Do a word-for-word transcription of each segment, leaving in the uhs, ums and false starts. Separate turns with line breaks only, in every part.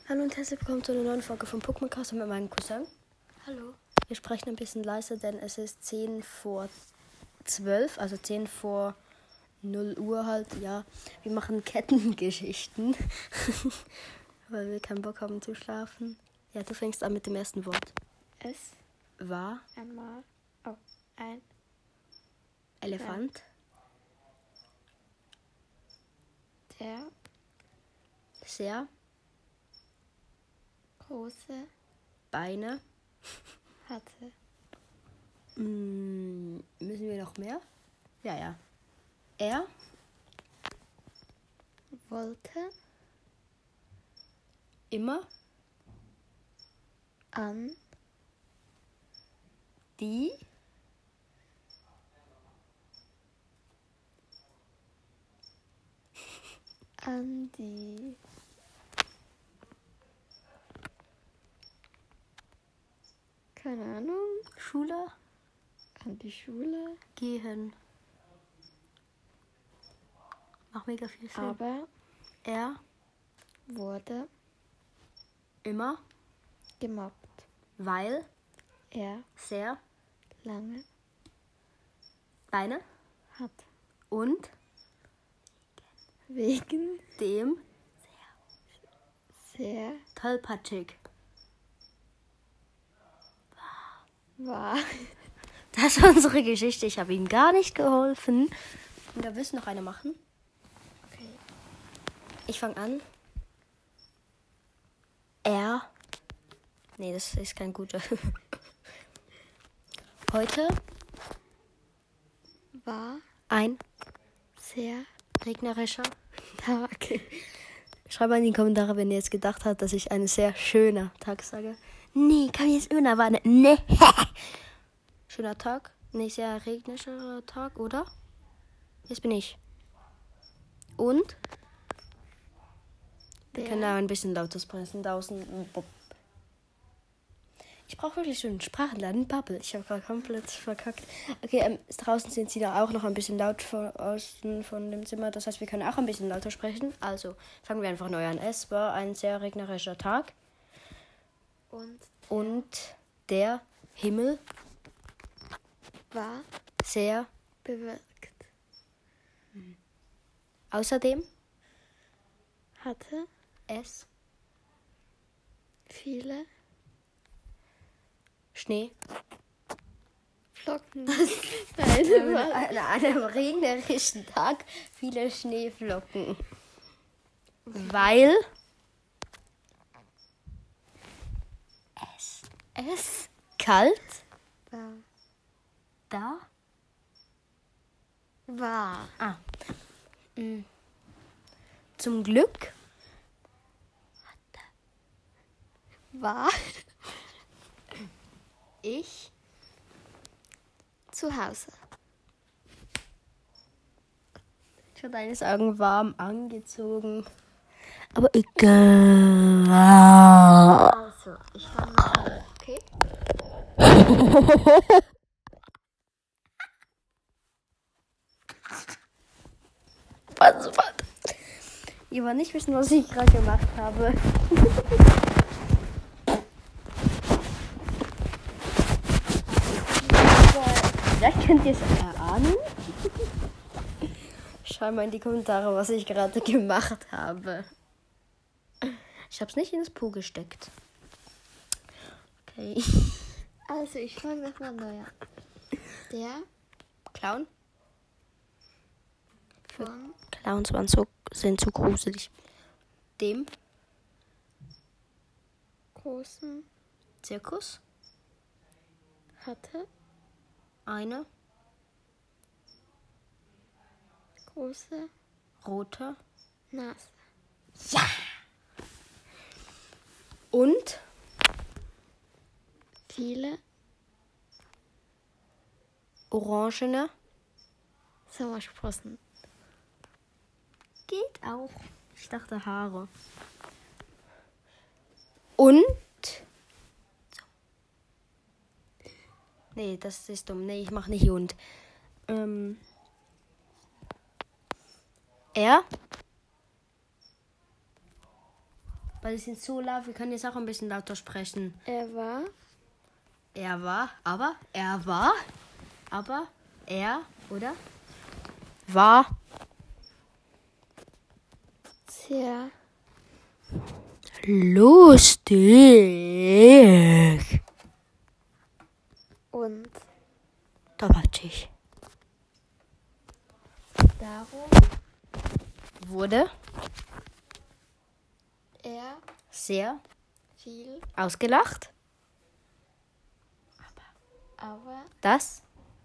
Hallo und herzlich willkommen zu einer neuen Folge von Pokémon Cast mit meinem Cousin.
Hallo.
Wir sprechen ein bisschen leiser, denn es ist zehn vor zwölf, also zehn vor null Uhr halt, ja. Wir machen Kettengeschichten, weil wir keinen Bock haben zu schlafen. Ja, du fängst an mit dem ersten Wort.
Es
War
einmal oh, ein
Elefant,
der
sehr
große
Beine.
hatte.
Mm, müssen wir noch mehr? Ja, ja. Er
Wollte
immer
an
die
an die keine Ahnung,
Schule
an die Schule,
gehen. Macht mega viel Sinn.
aber
Er
wurde
immer,
gemobbt.
weil
Er
sehr
lange
Beine
hat.
und
Wegen
dem
sehr
tollpatschig.
war.
Das ist unsere Geschichte. Ich habe ihm gar nicht geholfen. Und da willst du noch eine machen?
Okay.
Ich fange an. Er. Nee, das ist kein guter. Heute
War
ein
sehr
regnerischer
Tag.
Schreibt mal in die Kommentare, wenn ihr jetzt gedacht habt, dass ich ein sehr schöner Tag sage. Nee, kann ich jetzt immer warten. Nee. Schöner Tag. Nee, sehr regnerischer Tag, oder? Jetzt bin ich. Und? Wir
Der
können da ein bisschen lauter sprechen. Draußen. Ich brauche wirklich so einen Sprachenladen. Bubble. Ich habe gerade komplett verkackt. Okay, ähm, draußen sind sie da auch noch ein bisschen laut von außen von dem Zimmer. Das heißt, wir können auch ein bisschen lauter sprechen. Also fangen wir einfach neu an. Es war ein sehr regnerischer Tag.
und
Und der Himmel
war
sehr.
bewölkt.
Außerdem
Hatte
es
viele
Schnee.
Flocken.
An
Nein,
einem regnerischen Tag viele Schneeflocken. Weil es, es kalt
war.
da
War.
Ah. Mm. Zum Glück
War
ich
zu Hause.
Ich habe deine Augen warm angezogen. Aber egal.
Also, ich fange mal an, okay?
Was, was? Ihr wollt nicht wissen, was ich gerade gemacht habe. Vielleicht könnt ihr es erahnen. Schreibt mal in die Kommentare, was ich gerade gemacht habe. Ich habe es nicht ins Po gesteckt. Okay.
Also, ich fange nochmal neu an. Der
Clown?
von
Clowns waren so, sind zu gruselig. Dem
großen
Zirkus
hatte
eine
große
rote
Nase.
Ja! Und
Viele
orangene
Sommersprossen.
geht auch. Ich dachte Haare. Und nee, das ist dumm. Nee, ich mach nicht und. Ähm, er Weil sie sind so laut, wir können jetzt auch ein bisschen lauter sprechen.
Er war
Er war, aber, er war, aber, er, oder? War
sehr
lustig.
und
Doppeltich.
darum
Wurde
er
sehr
viel,
ausgelacht.
aber
Das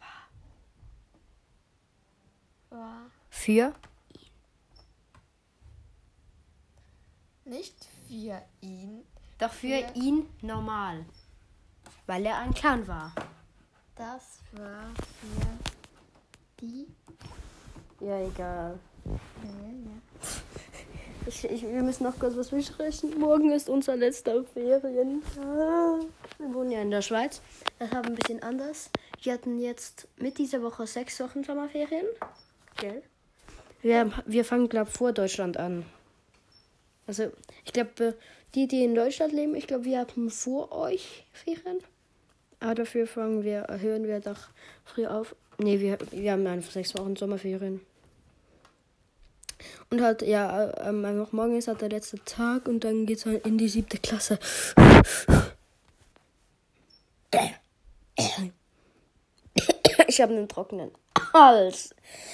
war
für
nicht für ihn.
doch für
Ja.
ihn normal. Weil er ein Clown war.
Das war für die.
Ja, egal.
Ja, ja.
Ich, ich, wir müssen noch kurz was besprechen. Morgen ist unser letzter Ferien. Ah, wir wohnen ja in der Schweiz. Das haben ein bisschen anders. Wir hatten jetzt mit dieser Woche sechs Wochen Sommerferien. Gell? Wir, wir fangen, glaube ich, vor Deutschland an. Also, ich glaube, die, die in Deutschland leben, ich glaube, wir haben vor euch Ferien. Aber dafür fangen wir, hören wir doch früh auf. Nee, wir, wir haben einfach sechs Wochen Sommerferien. Und halt, ja, ähm, einfach morgen ist halt der letzte Tag und dann geht's halt in die siebte Klasse. Ich habe einen trockenen Hals.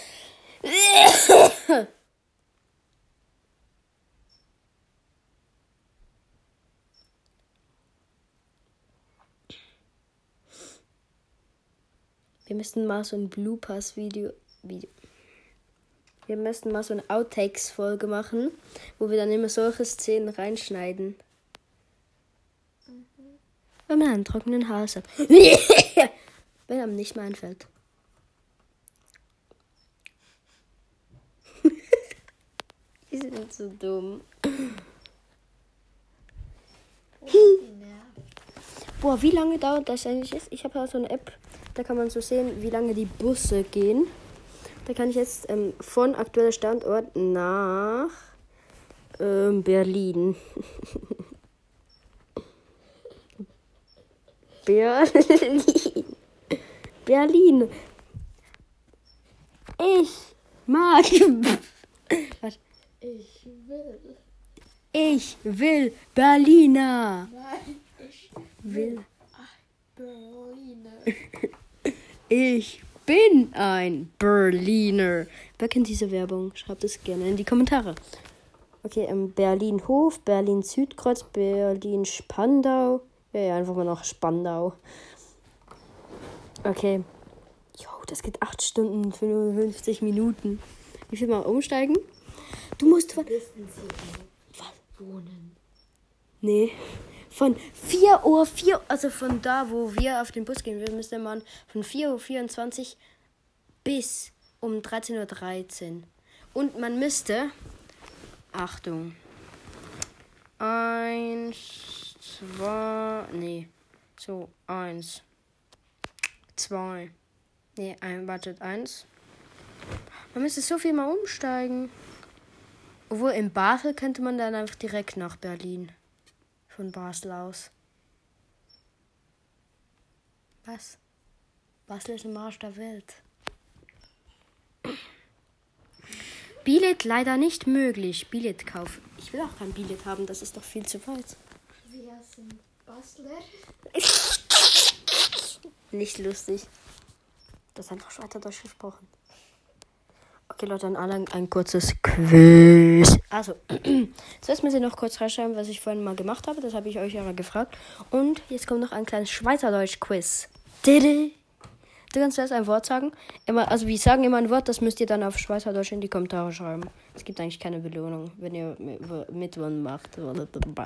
Wir müssten mal so ein Bloopers-Video... Video. Wir müssten mal so eine Outtakes-Folge machen, wo wir dann immer solche Szenen reinschneiden. Mhm. Wenn man einen trockenen Hals hat. Wenn einem nicht mehr einfällt. Die sind so dumm. Boah, wie lange dauert das eigentlich jetzt? Ich habe ja so eine App, da kann man so sehen, wie lange die Busse gehen. Da kann ich jetzt ähm, von aktueller Standort nach ähm, Berlin. Berlin. Berlin. Ich mag. Was?
Ich will.
Ich will Berliner.
Nein, ich
Will.
Berliner.
Ich bin ein Berliner. Wer kennt diese Werbung? Schreibt es gerne in die Kommentare. Okay, ähm, Berlin-Hof, Berlin-Südkreuz, Berlin-Spandau. Ja, ja, einfach mal noch Spandau. Okay. Jo, das geht acht Stunden, fünfundfünfzig Minuten. Wie viel mal umsteigen? Du musst von...
Was? Wohnen.
Nee. Von vier Uhr, vier, also von da, wo wir auf den Bus gehen, wir müssen man von vier Uhr vierundzwanzig bis um dreizehn Uhr dreizehn. Und man müsste, Achtung, eins, zwei, nee, so, eins, zwei, nee, ein, wartet, eins. Man müsste so viel mal umsteigen. Obwohl, in Basel könnte man dann einfach direkt nach Berlin. Von Basel aus. Was? Basel ist im Arsch der Welt. Billett leider nicht möglich. Billett kaufen. Ich will auch kein Billett haben, das ist doch viel zu weit.
Wir sind Basler.
Nicht lustig. Das ist einfach Schweizerdeutsch gesprochen. Okay, Leute, an alle ein kurzes Quiz. Also, zuerst müssen Sie noch kurz reinschreiben, was ich vorhin mal gemacht habe. Das habe ich euch ja gefragt. Und jetzt kommt noch ein kleines Schweizerdeutsch-Quiz. Du kannst zuerst ein Wort sagen. Immer, also wir sagen immer ein Wort, das müsst ihr dann auf Schweizerdeutsch in die Kommentare schreiben. Es gibt eigentlich keine Belohnung, wenn ihr mitwollen macht. Du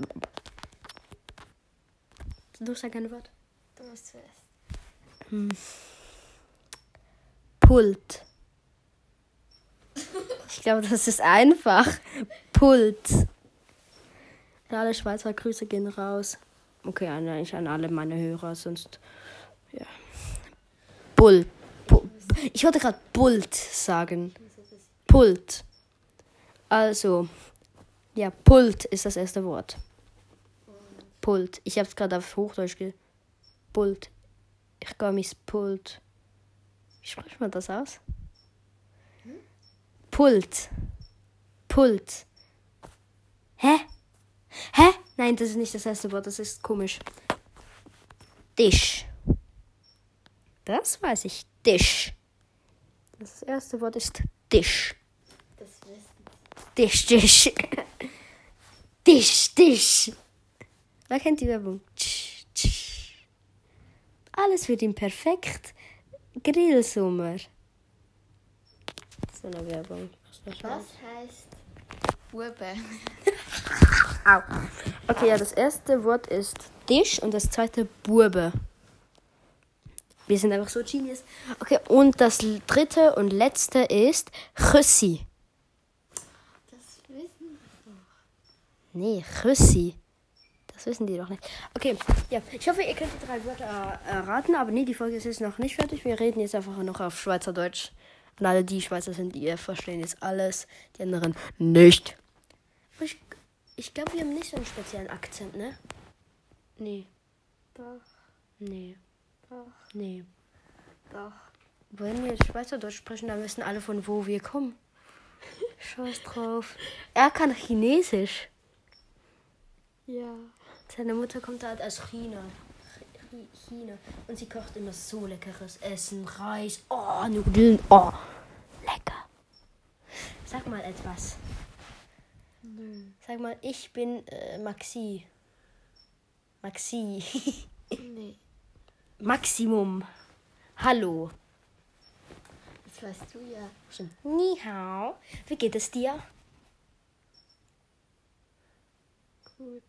sagst ein Wort.
Du musst zuerst.
Hm. Pult. Ich glaube, das ist einfach. Pult. Alle Schweizer Grüße gehen raus. Okay, eigentlich an alle meine Hörer, sonst... Ja. Bull. Pu- ich wollte gerade Pult sagen. Pult. Also, Ja, Pult ist das erste Wort. Pult. Ich habe es gerade auf Hochdeutsch ge... Pult. Ich gehe mis Pult. Wie spricht man das aus? Pult. Pult. Hä? Hä? Nein, das ist nicht das erste Wort. Das ist komisch. Tisch. Das weiß ich. Tisch. Das erste Wort ist Tisch.
Das wissen
Tisch, Tisch. Tisch, Tisch. Wer kennt die Werbung? Tsch, tsch. Alles wird ihm perfekt. Grillsommer. So eine Werbung.
Was heißt Bube?
Au. Okay, ja, das erste Wort ist Tisch und das zweite Bube. Wir sind einfach so genius. Okay, und das dritte und letzte ist Chüssi.
Das wissen wir doch.
Nee, Chüssi. Das wissen die doch nicht. Okay, ja, ich hoffe, ihr könnt die drei Wörter äh, erraten, aber nee, die Folge ist jetzt noch nicht fertig. Wir reden jetzt einfach noch auf Schweizerdeutsch. Und alle, die Schweizer sind, die verstehen jetzt alles, die anderen nicht. Ich, ich glaube, wir haben nicht so einen speziellen Akzent, ne? Nee.
Doch,
Nee.
doch,
Nee.
doch.
Wenn wir Schweizerdeutsch sprechen, dann wissen alle, von wo wir kommen. Scheiß drauf. Er kann Chinesisch.
Ja.
Seine Mutter kommt halt aus China. Ch- China. Und sie kocht immer so leckeres Essen. Reis. Oh, Nudeln. Oh, lecker. Sag mal etwas.
Nö.
Sag mal, ich bin äh, Maxi. Maxi.
Nee.
Maximum. Hallo.
Das weißt du ja.
Stimmt. Ni hao. Wie geht es dir?
Gut.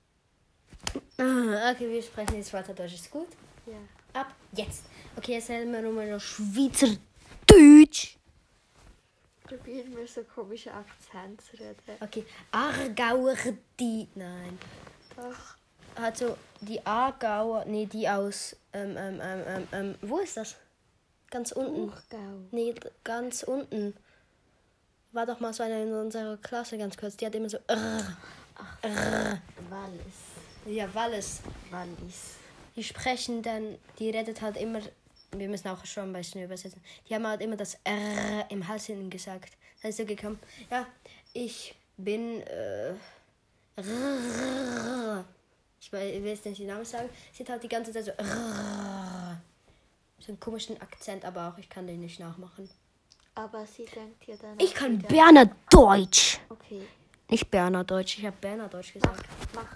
Ah, okay, wir sprechen jetzt Schweizerdeutsch. Ist gut?
Ja.
Ab jetzt. Okay, jetzt haben wir nochmal noch Schweizerdeutsch.
Probieren wir so komische Akzent zu reden.
Okay, Aargauer die. Nein.
Doch.
Also die Aargauer, nee, die aus, ähm, ähm, ähm, ähm, ähm, wo ist das? Ganz unten.
Buchgau.
Nee, ganz unten. War doch mal so eine in unserer Klasse ganz kurz. Die hat immer so. Rrr, rrr.
Wallis.
Ja, Wallis.
Wallis.
Die sprechen dann, die redet halt immer. Wir müssen auch schon ein bisschen übersetzen. Die haben halt immer das R im Hals hinten gesagt. Dann ist so gekommen. Ja, ich bin. Äh, rrr. Ich will jetzt nicht den Namen sagen. Sie hat halt die ganze Zeit so. Rrr. So einen komischen Akzent, aber auch ich kann den nicht nachmachen.
Aber sie denkt ja dann.
Ich
auch
kann
wieder-
Berner Deutsch.
Okay.
Nicht Berner Deutsch, ich habe Berner Deutsch gesagt.
Mach.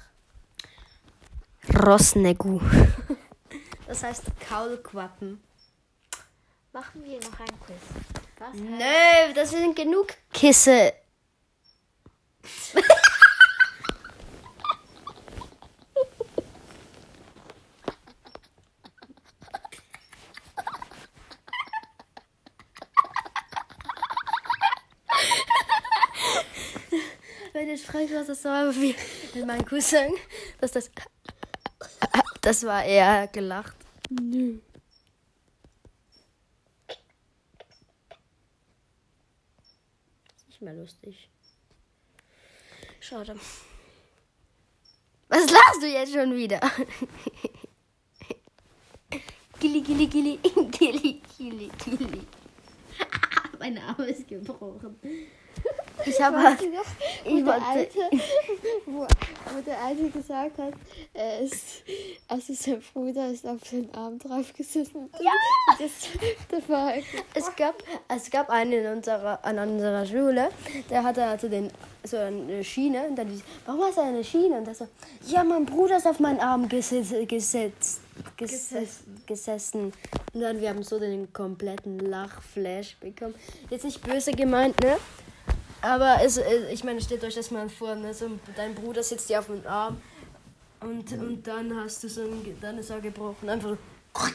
Rossnegu. Das heißt Kaulquappen.
Machen wir noch ein Quiz. Was heißt
Nö, das sind genug Kisse. Wenn ich frage, was das war, wie mit meinem Cousin, dass das. Das war eher gelacht.
Nö.
Nicht mehr lustig. Schade. Was lachst du jetzt schon wieder? Gilli, gilli, gilli, gilli, gilli, gilli. Mein Arm ist gebrochen. Ich habe halt.
Weißt du noch, wo,
Ich
der
wollte.
Alte, wo, wo der Alte gesagt hat, er ist, also sein Bruder ist auf seinen Arm drauf gesessen.
Ja!
Das, das war
Es gab, es gab einen in unserer, an unserer Schule, der hatte also den, so eine Schiene. Und dann die, warum hast du eine Schiene? Und der so, ja, mein Bruder ist auf meinen Arm gesetzt, gesetzt, gesessen. gesessen. Und dann, wir haben so den kompletten Lachflash bekommen. Jetzt nicht böse gemeint, ne? Aber es, es- ich meine, stellt euch das mal vor, ne? So, dein Bruder sitzt dir auf dem Arm und, und dann hast du so ein, dann ist er gebrochen. Einfach so.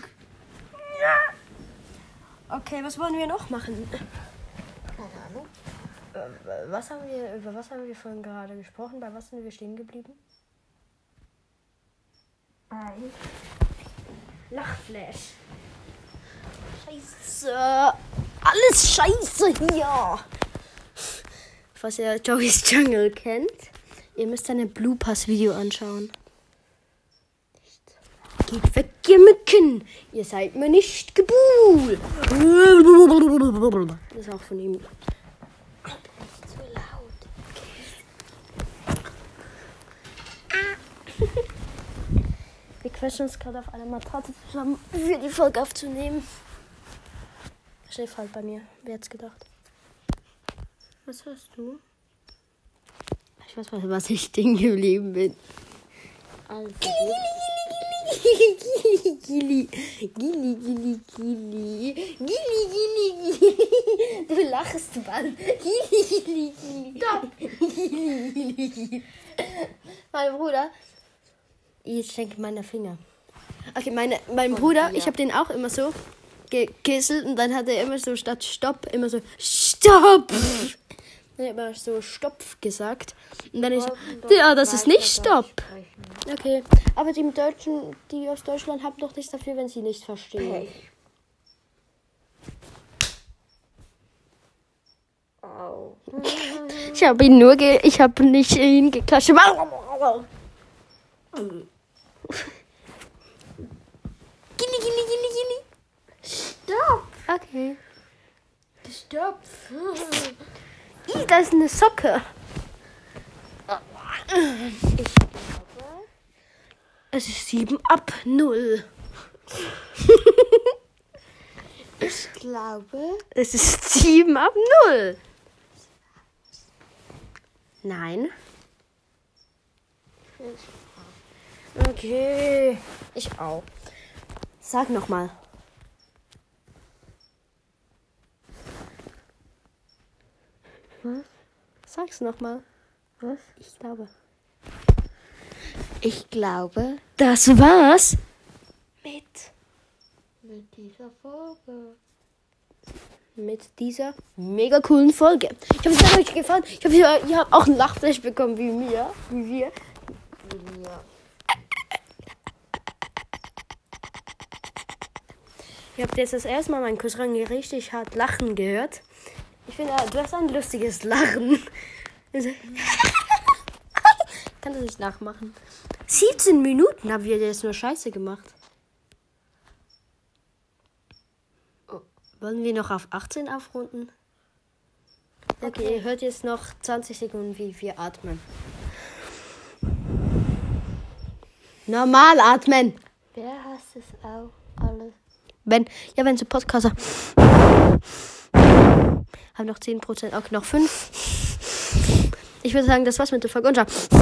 Okay, was wollen wir noch machen?
keine Ahnung.
Äh, Was haben wir, über was haben wir vorhin gerade gesprochen? Bei was sind wir stehen geblieben?
Ein.
Lachflash. Scheiße. Alles scheiße hier. falls ihr Joey's Jungle kennt, ihr müsst ein Bloopers-Video anschauen. Geht weg, ihr Mücken! Ihr seid mir nicht gebuhl! Das ist auch von ihm.
Zu laut.
Wir quetschen uns gerade auf einer Matratze zusammen, für die Folge aufzunehmen. Schläft halt bei mir. Wer hätte es gedacht? Was hörst du? Ich weiß mal, was ich stehen geblieben bin.
Also,
Gili, gili, gili, gili, gili, gili, gili, gili, gili. Du lachst, Mann. Gili, gili, gili.
Stopp.
Gili, gili, gili. Mein Bruder. Ich denke meine Finger. Okay, meine, mein Bruder, ich habe den auch immer so gekisselt und dann hat er immer so statt Stopp immer so Stopp. Er hat immer so Stopp gesagt. Und dann ist so, ja, das ist nicht Stopp. Okay, aber die Deutschen, die aus Deutschland haben doch nichts dafür, wenn sie nicht verstehen.
Au.
Ich habe ihn nur, ge ich habe nicht ihn geklatscht. Gili, gili, gili, gili.
Stopp.
Okay.
Stopp.
Ih, da ist eine Socke.
Ich glaube,
Es ist sieben ab null.
ich glaube,
Es ist sieben ab null. Nein. Okay. Ich auch. Sag nochmal. Was? Sag's nochmal.
was?
Ich glaube.
Ich glaube,
Das war's mit,
mit dieser Folge.
mit dieser mega coolen Folge. Ich hoffe, es hat euch gefallen. Ich hoffe, ihr, ihr habt auch ein Lachfleisch bekommen wie mir. Wie wir.
Ja.
Ihr habt jetzt das erste Mal meinen Cousin richtig hart lachen gehört. Ich finde, du hast ein lustiges Lachen. Kann das nicht nachmachen. siebzehn Minuten haben wir jetzt nur Scheiße gemacht. Oh, wollen wir noch auf achtzehn aufrunden? Okay,
Okay.
ihr hört jetzt noch zwanzig Sekunden, wie wir atmen. Normal atmen.
Wer hasst es auch alles?
Wenn, ja, wenn so Podcaster haben noch zehn Prozent, okay, noch fünf. Ich würde sagen, das war's mit der Folge. Und ciao.